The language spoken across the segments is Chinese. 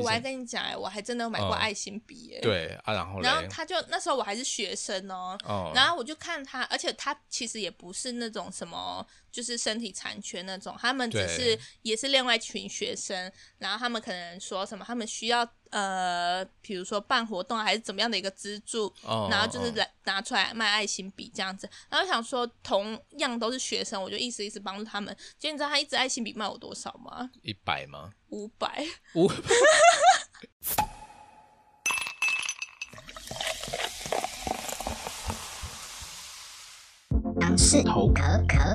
我还跟你讲我还真的有买过爱心笔对啊，然后他就那时候我还是学生然后我就看他，而且他其实也不是那种什么就是身体残缺那种，他们只是也是另外一群学生，然后他们可能说什么他们需要比如说办活动还是怎么样的一个资助，然后就是拿出来卖爱心笔这样子，然后想说同样都是学生，我就意思帮助他们。结果你知道他一支爱心笔卖我多少吗 ？100吗 ？500。 杨氏头壳。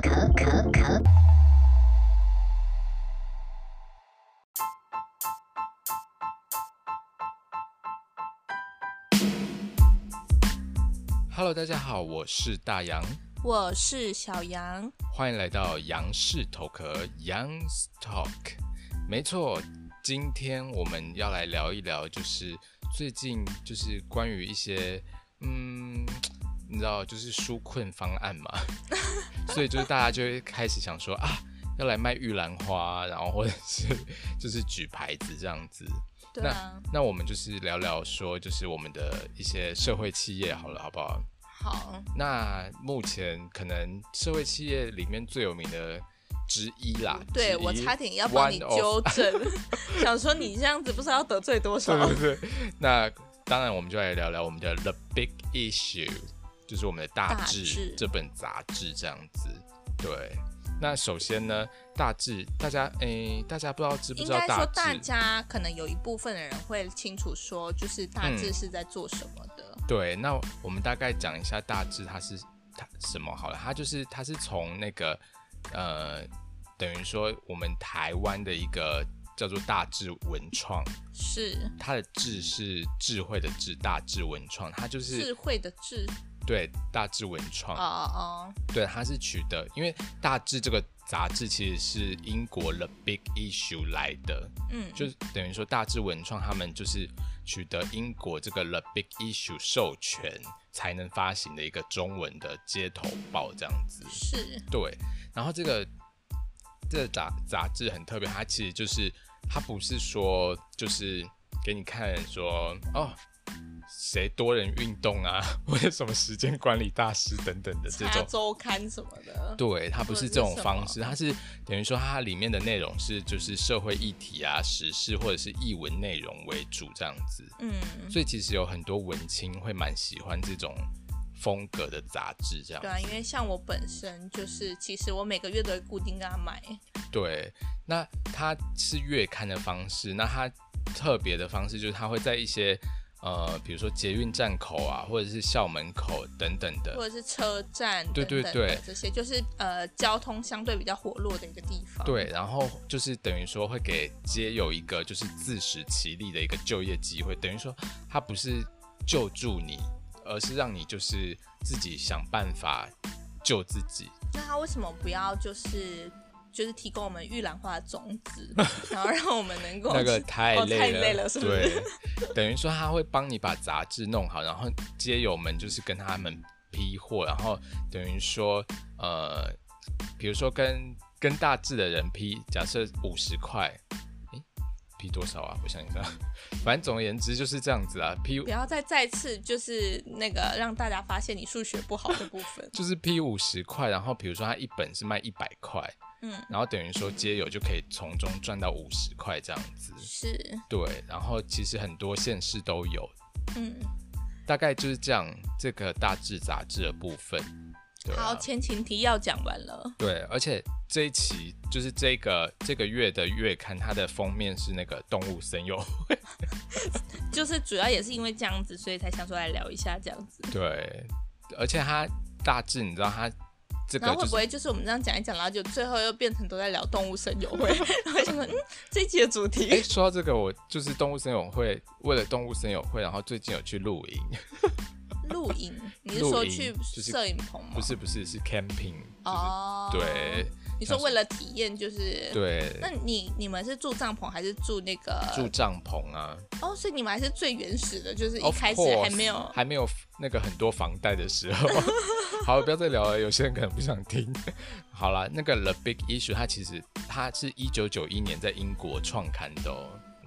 Hello， 大家好，我是大杨， 我是小杨， 欢迎来到杨氏头壳 Young's Talk。没错，今天我们要来聊一聊，就是最近就是关于一些你知道就是纾困方案嘛，所以就是大家就会开始想说要来卖玉兰花，然后或者是就是举牌子这样子。 对啊， 那我们就是聊聊说，就是我们的一些社会企业好了，好不好？ 好。 那目前可能社会企业里面最有名的之一啦， 对，我差点要帮你纠正，想说你这样子不知道要得罪多少。 对。那当然，我们就来聊聊我们的 The Big Issue， 就是我们的大志这本杂志这样子。对。那首先呢，大志，大家不知道知不知道大志？应该说大家可能有一部分的人会清楚说，就是大志是在做什么的。 对，那我们大概讲一下大志它是什么好了。它是从那个等于说我们台湾的一个叫做大志文创， 是它的志是智慧的智，大志文创，它就是智慧的智。 对，大志文创对，它是取得，因为大志这个杂志其实是英国 The Big Issue 来的，就是等于说大志文创他们就是取得英国这个 The Big Issue 授权才能发行的一个中文的街头报这样子。 是， 对，然后这个杂志很特别，它其实就是它不是说就是给你看说谁多人运动啊，或者什么时间管理大师等等的这种周刊什么的， 对，它不是这种方式，它是等于说它里面的内容是就是社会议题啊、时事或者是艺文内容为主这样子。所以其实有很多文青会蛮喜欢这种风格的杂志这样子。 对啊，因为像我本身就是其实我每个月都会固定跟他买。 对，那它是月刊的方式，那它特别的方式就是它会在一些比如说捷运站口啊，或者是校门口等等的， 或者是车站等等的， 对， 这些就是交通相对比较活络的一个地方。 对，然后就是等于说会给街友一个就是自食其力的一个就业机会，等于说它不是救助你，而是让你就是自己想办法救自己。 那他为什么不要就是提供我们玉兰花的种子，然后让我们能够那个太累了，是不是？ 对，等于说他会帮你把杂志弄好，然后街友们就是跟他们批货，然后等于说比如说跟大志的人批，假设50块，批多少啊？我想一下，反正总而言之就是这样子啊。 不要再次就是那个让大家发现你数学不好的部分， 就是批50块，然后比如说他一本是卖100块。然后等于说街友就可以从中赚到50块这样子。 是， 对，然后其实很多县市都有。大概就是这样，这个大志杂志的部分。对好，前情提要讲完了。 对，而且这一期就是这个月的月刊，它的封面是那个动物森友会， 就是主要也是因为这样子，所以才想说来聊一下这样子。 对，而且它大致你知道它这个、 然后会不会就是我们这样讲一讲，然后就最后又变成都在聊动物森友会？然后想说，这一集的主题。 说到这个，我就是动物森友会，为了动物森友会，然后最近有去露营。 露营？你是说去摄影棚吗？ 不是，是 camping。对。 你说为了体验就是对， 那你们是住帐篷还是住那个？ 住帐篷啊。 所以你们还是最原始的，就是一开始还没有那个很多房贷的时候。好了，不要再聊了，有些人可能不想听。好啦，那个 The Big Issue 它其实是1991年在英国创刊的很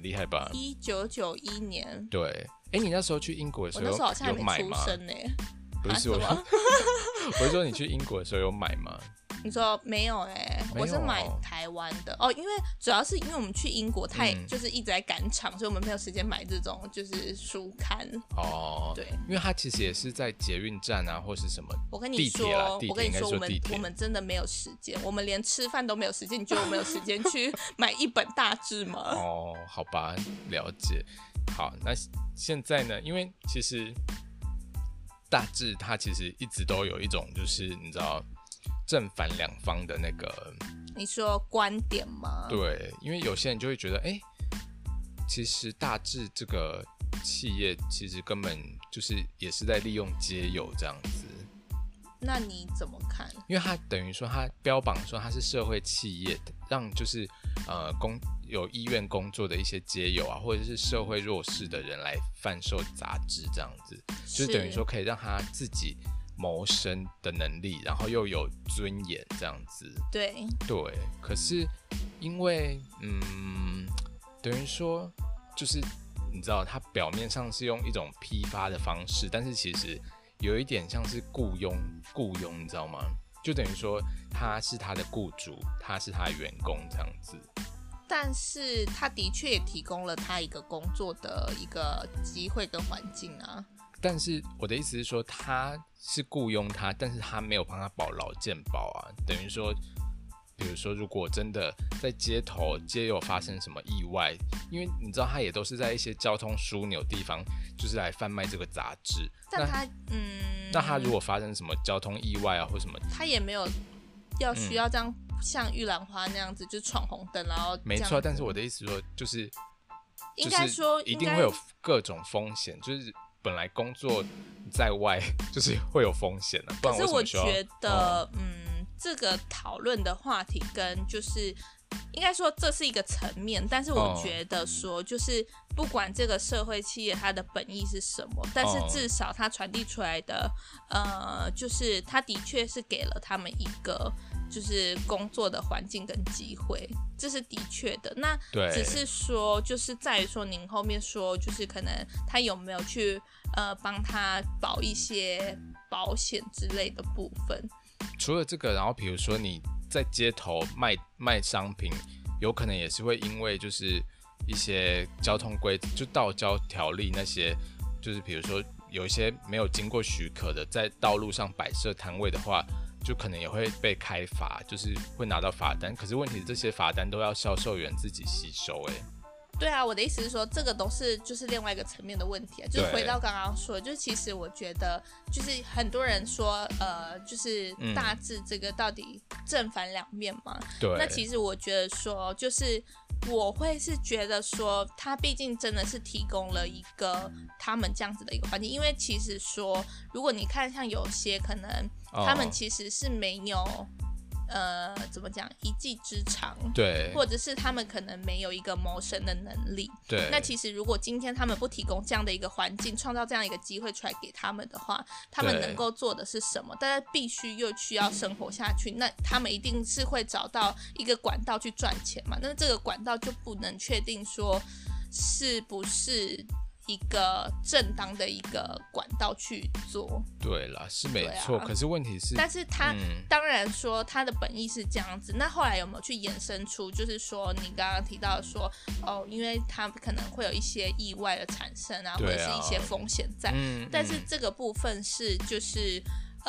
很厉害吧 ？1991年。 对，你那时候去英国的时候我那时候好像还没出生呢。 不是我是说你去英国的时候有买吗？ 你说没有我是买台湾的哦，因为主要是因为我们去英国太就是一直在赶场，所以我们没有时间买这种就是书刊哦。对， 因为它其实也是在捷运站啊，或是什么我跟你说，我们真的没有时间，我们连吃饭都没有时间。你觉得我们有时间去买一本大志吗？ 哦，好吧，了解。好，那现在呢？因为其实大志它其实一直都有一种就是你知道正反两方的那个， 你说观点吗？ 对，因为有些人就会觉得，其实大志这个企业其实根本就是也是在利用街友这样子。 那你怎么看？ 因为它等于说它标榜说它是社会企业，让就是有意愿工作的一些街友啊，或者是社会弱势的人来贩售杂志这样子，就是等于说可以让他自己谋生的能力，然后又有尊严这样子。 对， 可是因为等于说就是你知道，它表面上是用一种批发的方式，但是其实有一点像是雇佣，你知道吗？就等于说他是他的雇主，他是他的员工这样子。 但是他的确也提供了他一个工作的一个机会跟环境啊。 但是我的意思是说，他是雇佣他，但是他没有帮他保劳健保啊。等于说，比如说，如果真的在街友发生什么意外，因为你知道，他也都是在一些交通枢纽地方，就是来贩卖这个杂志。 但他那他如果发生什么交通意外啊，或什么， 他也没有需要这样像玉兰花那样子，就闯红灯，然后没错。但是我的意思说，就是应该说一定会有各种风险，就是本来工作在外就是会有风险的。 可是我觉得，这个讨论的话题跟就是应该说这是一个层面，但是我觉得说就是不管这个社会企业它的本意是什么，但是至少它传递出来的就是它的确是给了他们一个就是工作的环境跟机会，这是的确的。那只是说就是在于说您后面说就是可能他有没有去帮他保一些保险之类的部分。 除了这个，然后比如说你在街头卖商品，有可能也是会因为就是一些交通规则，就道交条例那些，就是比如说有一些没有经过许可的在道路上摆设摊位的话，就可能也会被开罚，就是会拿到罚单。可是问题是这些罚单都要销售员自己吸收对啊，我的意思是说，这个都是就是另外一个层面的问题啊。就是回到刚刚说的，就是其实我觉得，就是很多人说，就是大致这个到底正反两面嘛。 对。 那其实我觉得说，就是我会是觉得说，他毕竟真的是提供了一个他们这样子的一个环境，因为其实说，如果你看像有些可能他们其实是没有。怎么讲？一技之长， 对， 或者是他们可能没有一个谋生的能力， 对。 那其实如果今天他们不提供这样的一个环境，创造这样一个机会出来给他们的话，他们能够做的是什么？但是必须又需要生活下去，那他们一定是会找到一个管道去赚钱嘛？那这个管道就不能确定说是不是一个正当的一个管道去做。 对啦，是没错。可是问题是， 但是他当然说他的本意是这样子，那后来有没有去衍生出，就是说你刚刚提到说因为他可能会有一些意外的产生啊，或者是一些风险在，但是这个部分是就是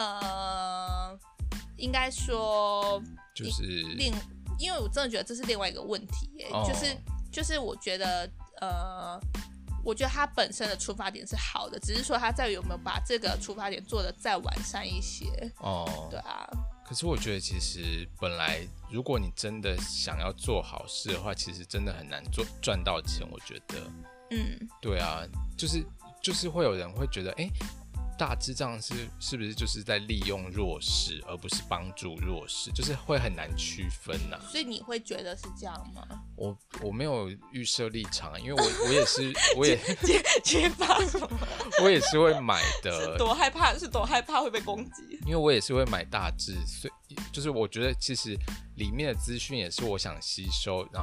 应该说就是因为我真的觉得这是另外一个问题就是我觉得我觉得他本身的出发点是好的，只是说他在于有没有把这个出发点做得再完善一些。对啊。 可是我觉得其实本来如果你真的想要做好事的话，其实真的很难赚到钱，我觉得。对啊，就是会有人会觉得，大致这样是不是就是在利用弱势，而不是帮助弱势，就是会很难区分啊。 所以你会觉得是这样吗？ 我没有预设立场，因为我也是我也揭发什么？ 我也是会买的。 是多害怕会被攻击？ 因为我也是会买大致，所以就是我觉得其实里面的资讯也是我想吸收，然后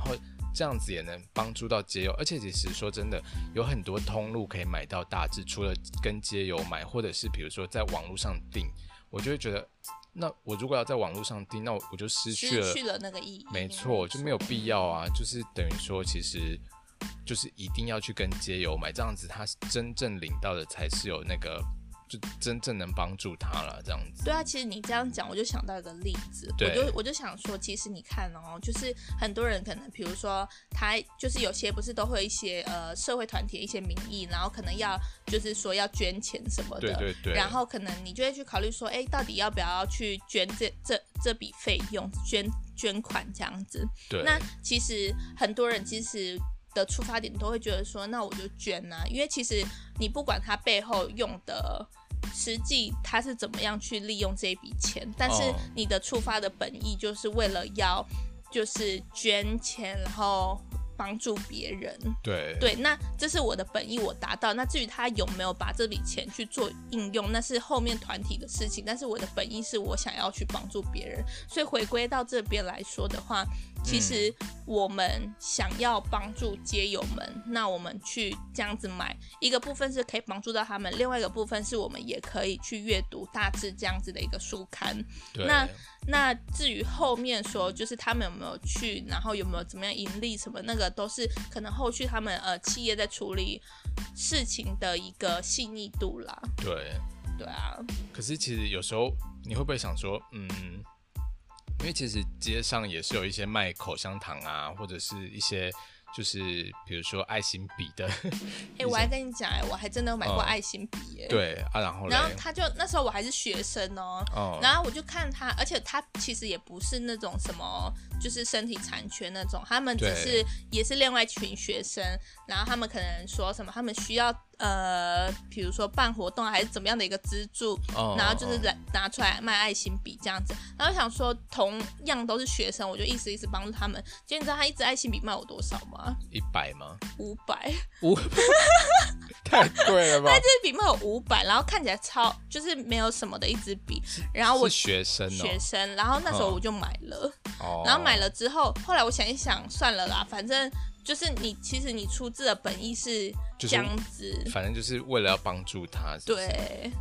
这样子也能帮助到街友，而且其实说真的，有很多通路可以买到大致，除了跟街友买，或者是比如说在网络上订，我就会觉得，那我如果要在网络上订，那我就失去了那个意义。 没错，就没有必要啊，就是等于说，其实就是一定要去跟街友买，这样子他真正领到的才是有那个。就真正能帮助他了，这样子。 对啊，其实你这样讲，我就想到一个例子，我就想说，其实你看哦，就是很多人可能，比如说他就是有些不是都会有一些社会团体的一些名义，然后可能要就是说要捐钱什么的， 对， 然后可能你就会去考虑说，哎，到底要不要去捐这笔费用，捐款这样子。 对， 那其实很多人其实的出发点都会觉得说，那我就捐啊，因为其实你不管他背后用的。实际他是怎么样去利用这一笔钱，但是你的出发的本意就是为了要就是捐钱，然后帮助别人。对，那这是我的本意，我达到。那至于他有没有把这笔钱去做应用，那是后面团体的事情。但是我的本意是我想要去帮助别人，所以回归到这边来说的话，其实我们想要帮助街友们，那我们去这样子买，一个部分是可以帮助到他们，另外一个部分是我们也可以去阅读大致这样子的一个书刊。那至于后面说，就是他们有没有去，然后有没有怎么样盈利什么，那个都是可能后续他们企业在处理事情的一个细腻度啦。对啊。 可是其实有时候你会不会想说，因为其实街上也是有一些卖口香糖啊，或者是一些就是比如说爱心笔的。 我还跟你讲我还真的有买过爱心笔耶。 对啊，然后他就那时候我还是学生然后我就看他，而且他其实也不是那种什么就是身体残缺那种，他们只是也是另外一群学生，然后他们可能说什么他们需要比如说办活动还是怎么样的一个资助，然后就是拿出来卖爱心笔这样子。然后想说同样都是学生，我就一直帮助他们。结果你知道他一支爱心笔卖我多少吗 ？100吗 ？500。 太贵了吧？ 那支笔卖我500，然后看起来就是没有什么的一支笔。然后我是学生然后那时候我就买了。然后买了之后，后来我想一想，算了啦，反正就是其实你出自的本意是这样子， 反正就是为了要帮助他是不是。 对。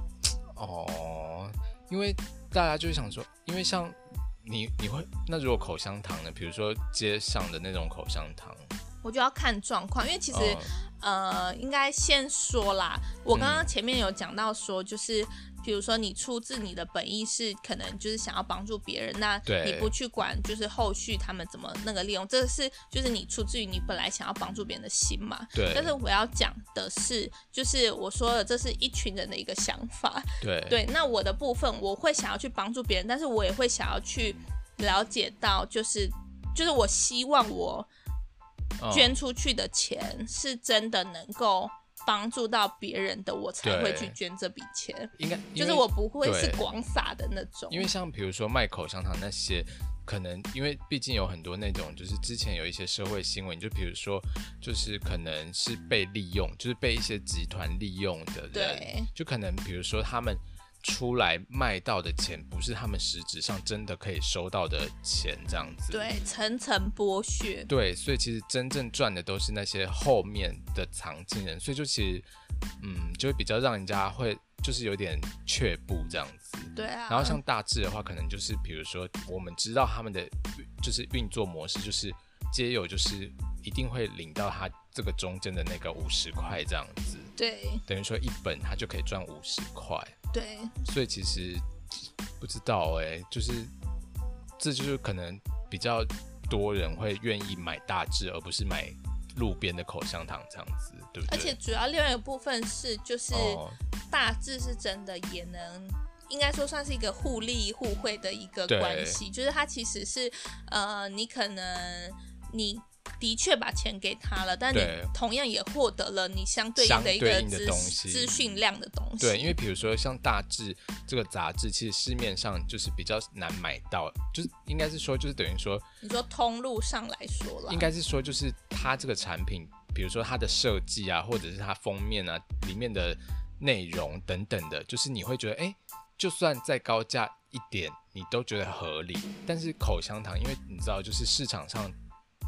因为大家就想说，因为像你会那如果口香糖呢？比如说街上的那种口香糖， 我就要看状况，因为其实应该先说啦，我刚刚前面有讲到说，就是比如说你出自你的本意是可能就是想要帮助别人，那你不去管就是后续他们怎么那个利用，这是就是你出自于你本来想要帮助别人的心嘛。 对。 但是我要讲的是，就是我说的这是一群人的一个想法。 对。 那我的部分我会想要去帮助别人，但是我也会想要去了解到，就是我希望我捐出去的钱是真的能够帮助到别人的，我才会去捐这笔钱。 应该就是我不会是广撒的那种。 因为像比如说卖口香糖那些，可能因为毕竟有很多那种，就是之前有一些社会新闻，就比如说就是可能是被利用，就是被一些集团利用的人， 对， 就可能比如说他们出来卖到的钱不是他们实质上真的可以收到的钱，这样子。 对，层层剥削。 对，所以其实真正赚的都是那些后面的藏进人，所以就其实就会比较让人家会就是有点却步这样子。 对啊。 然后像大致的话，可能就是比如说我们知道他们的就是运作模式，就是街友就是一定会领到他这个中间的那个50块这样子。 对。 等于说一本他就可以赚50块。 对。 所以其实不知道就是这就是可能比较多人会愿意买大致，而不是买路边的口香糖这样子，对不对？ 而且主要另外一个部分是，就是大致是真的也能。应该说算是一个互利互惠的一个关系，就是它其实是你可能你的确把钱给他了，但你同样也获得了你相对应的一个资讯量的东西。 对，因为比如说像大致这个杂志，其实市面上就是比较难买到，就是应该是说就是等于说， 你说通路上来说啦， 应该是说就是它这个产品，比如说它的设计啊，或者是它封面啊里面的内容等等的，就是你会觉得就算再高价一点，你都觉得合理。但是口香糖，因为你知道，就是市场上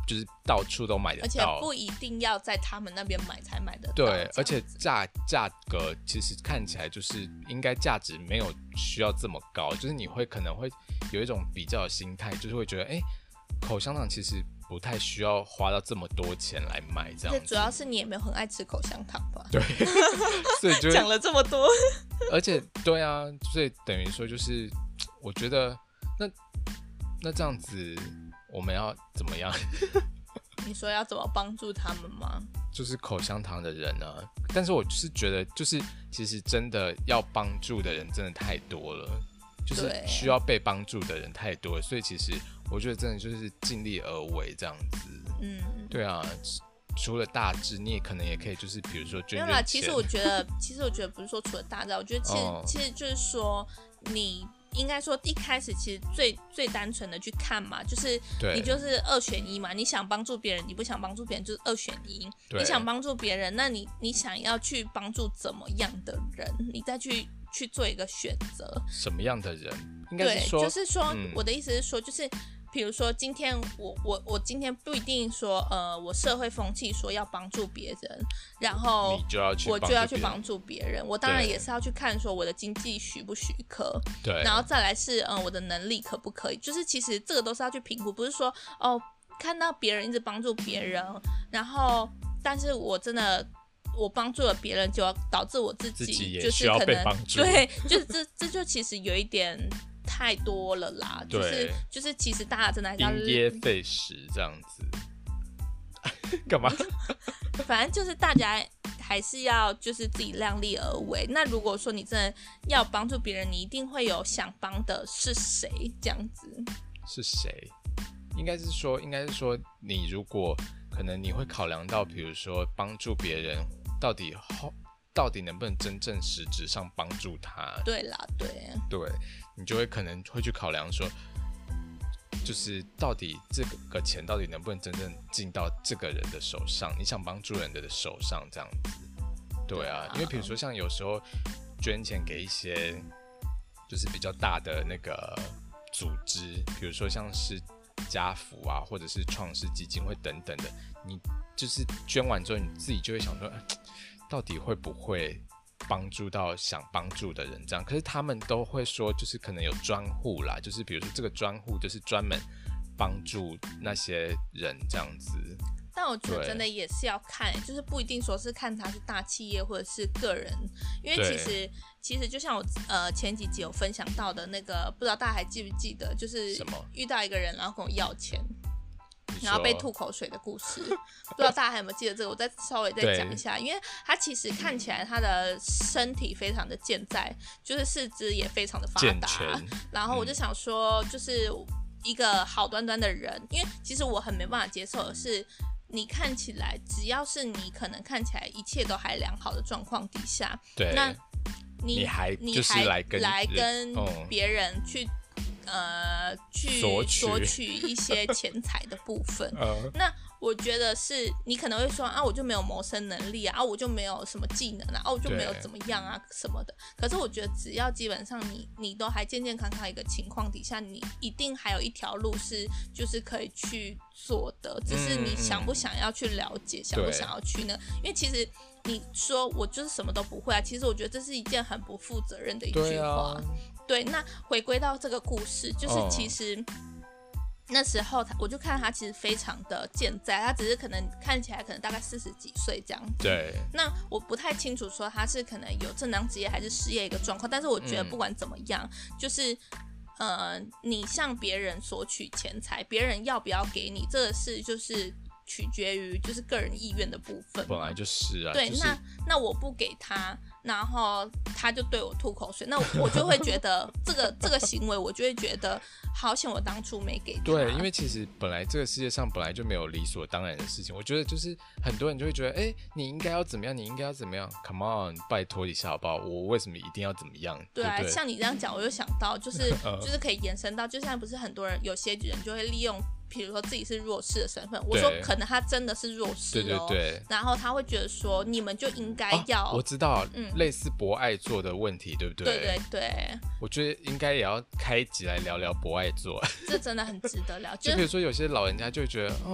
就是到处都买得到， 而且不一定要在他们那边买才买得到。 对，而且价格其实看起来就是应该价值没有需要这么高，就是你可能会有一种比较的心态，就是会觉得口香糖其实不太需要花到这么多钱来买这样子。 主要是你也没有很爱吃口香糖吧？ 对，所以就讲了这么多， 而且对啊，所以等于说就是我觉得那这样子我们要怎么样？ 你说要怎么帮助他们吗？ 就是口香糖的人啊，但是我就是觉得，就是其实真的要帮助的人真的太多了，就是需要被帮助的人太多了，所以其实我觉得真的就是尽力而为这样子。对啊，除了大志，你也可能也可以就是比如说捐捐钱。没有啦， 其实我觉得不是说除了大志，我觉得其实就是说你。应该说一开始其实最单纯的去看嘛，就是你就是2选1嘛，你想帮助别人，你不想帮助别人，就是2选1。你想帮助别人，那你想要去帮助怎么样的人，你再去做一个选择。 什么样的人？应该是说， 对，就是说，我的意思是说，就是。比如说今天我今天不一定说我社会风气说要帮助别人，然后我就要去帮助别人，我当然也是要去看说我的经济许不许可， 对， 然后再来是我的能力可不可以，就是其实这个都是要去评估，不是说看到别人一直帮助别人，然后但是我真的我帮助了别人，就要导致我自己就是可能对，就是这就其实有一点。太多了啦，就是其实大家真的还是要因噎废食这样子，干嘛？ 反正就是大家还是要就是自己量力而为。那如果说你真的要帮助别人，你一定会有想帮的是谁这样子？ 是谁？应该是说你如果可能你会考量到，比如说帮助别人到底能不能真正实质上帮助他？ 对啦，对， 你就会可能会去考量说，就是到底这个钱到底能不能真正进到这个人的手上？你想帮助人的手上这样子，对啊，因为比如说像有时候捐钱给一些就是比较大的那个组织，比如说像是家福啊，或者是创世基金会等等的，你就是捐完之后，你自己就会想说，到底会不会帮助到想帮助的人这样？可是他们都会说，就是可能有专户啦，就是比如说这个专户就是专门帮助那些人这样子。 但我觉得真的也是要看，就是不一定说是看他是大企业或者是个人，因为其实就像我前几集有分享到的那个，不知道大家还记不记得，就是遇到一个人然后跟我要钱。然后被吐口水的故事，不知道大家还有没有记得这个？我再稍微再讲一下，因为他其实看起来他的身体非常的健在，就是四肢也非常的发达。然后我就想说，就是一个好端端的人，因为其实我很没办法接受的是，你看起来只要是你可能看起来一切都还良好的状况底下， 对， 那你还来跟别人去。去索取一些钱财的部分，那我觉得是你可能会说我就没有谋生能力我就没有什么技能我就没有怎么样什么的。可是我觉得只要基本上你都还健健康康一个情况底下，你一定还有一条路是就是可以去做的，只是你想不想要去了解，想不想要去呢？因为其实你说我就是什么都不会其实我觉得这是一件很不负责任的一句话。对，那回归到这个故事，就是其实那时候我就看他其实非常的健在，他只是可能看起来可能大概40几岁这样子。 对。 那我不太清楚说他是可能有正当职业还是失业一个状况，但是我觉得不管怎么样，就是你向别人索取钱财，别人要不要给你，这个是就是取决于就是个人意愿的部分。 本来就是啊。 对， 就是、 那我不给他。然后他就对我吐口水，那我就会觉得这个行为，我就会觉得好险我当初没给他。 对，因为其实本来这个世界上本来就没有理所当然的事情。我觉得就是很多人就会觉得，你应该要怎么样，你应该要怎么样 ，Come on， 拜托一下好不好？我为什么一定要怎么样？ 对啊，像你这样讲，我就想到就是就是可以延伸到，就像不是很多人有些人就会利用。比如说自己是弱势的身份，我说可能他真的是弱势对， 然后他会觉得说你们就应该要， 我知道，类似博爱座的问题，对不对？ 对， 我觉得应该也要开一集来聊聊博爱座， 这真的很值得聊。 就比如说有些老人家就会觉得，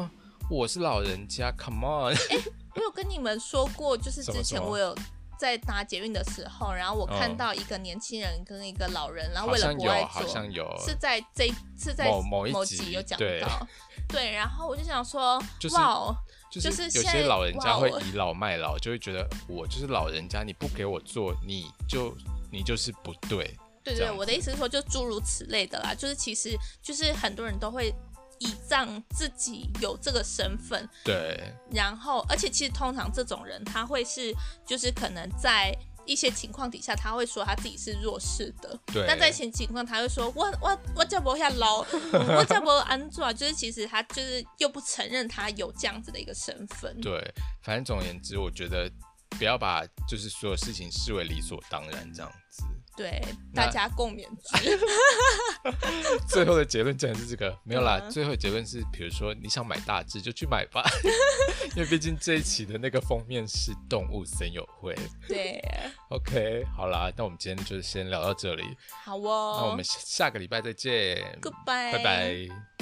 我是老人家 ，Come on！ 我有跟你们说过，就是之前我有在搭捷运的时候，然后我看到一个年轻人跟一个老人，然后为了博爱座， 好像有， 是在某一集有讲到，对，然后我就想说，哇， 就是有些老人家会倚老卖老，就会觉得我就是老人家，你不给我做，你就是不对。 对，我的意思是说，就诸如此类的啦，就是其实就是很多人都会倚仗自己有这个身份， 对， 然后而且其实通常这种人他会是就是可能在一些情况底下他会说他自己是弱势的， 对， 但在一些情况他会说我叫不下老，我叫不安坐，就是其实他就是又不承认他有这样子的一个身份。 对，反正总而言之，我觉得不要把就是所有事情视为理所当然这样子。 对，大家共勉之。 最后的结论竟然是这个，没有啦。最后的结论是，比如说你想买大只就去买吧，因为毕竟这一期的那个封面是动物森友会。 对 ，OK， 好啦，那我们今天就先聊到这里。 好哦， 那我们下个礼拜再见。 Goodbye， 拜拜。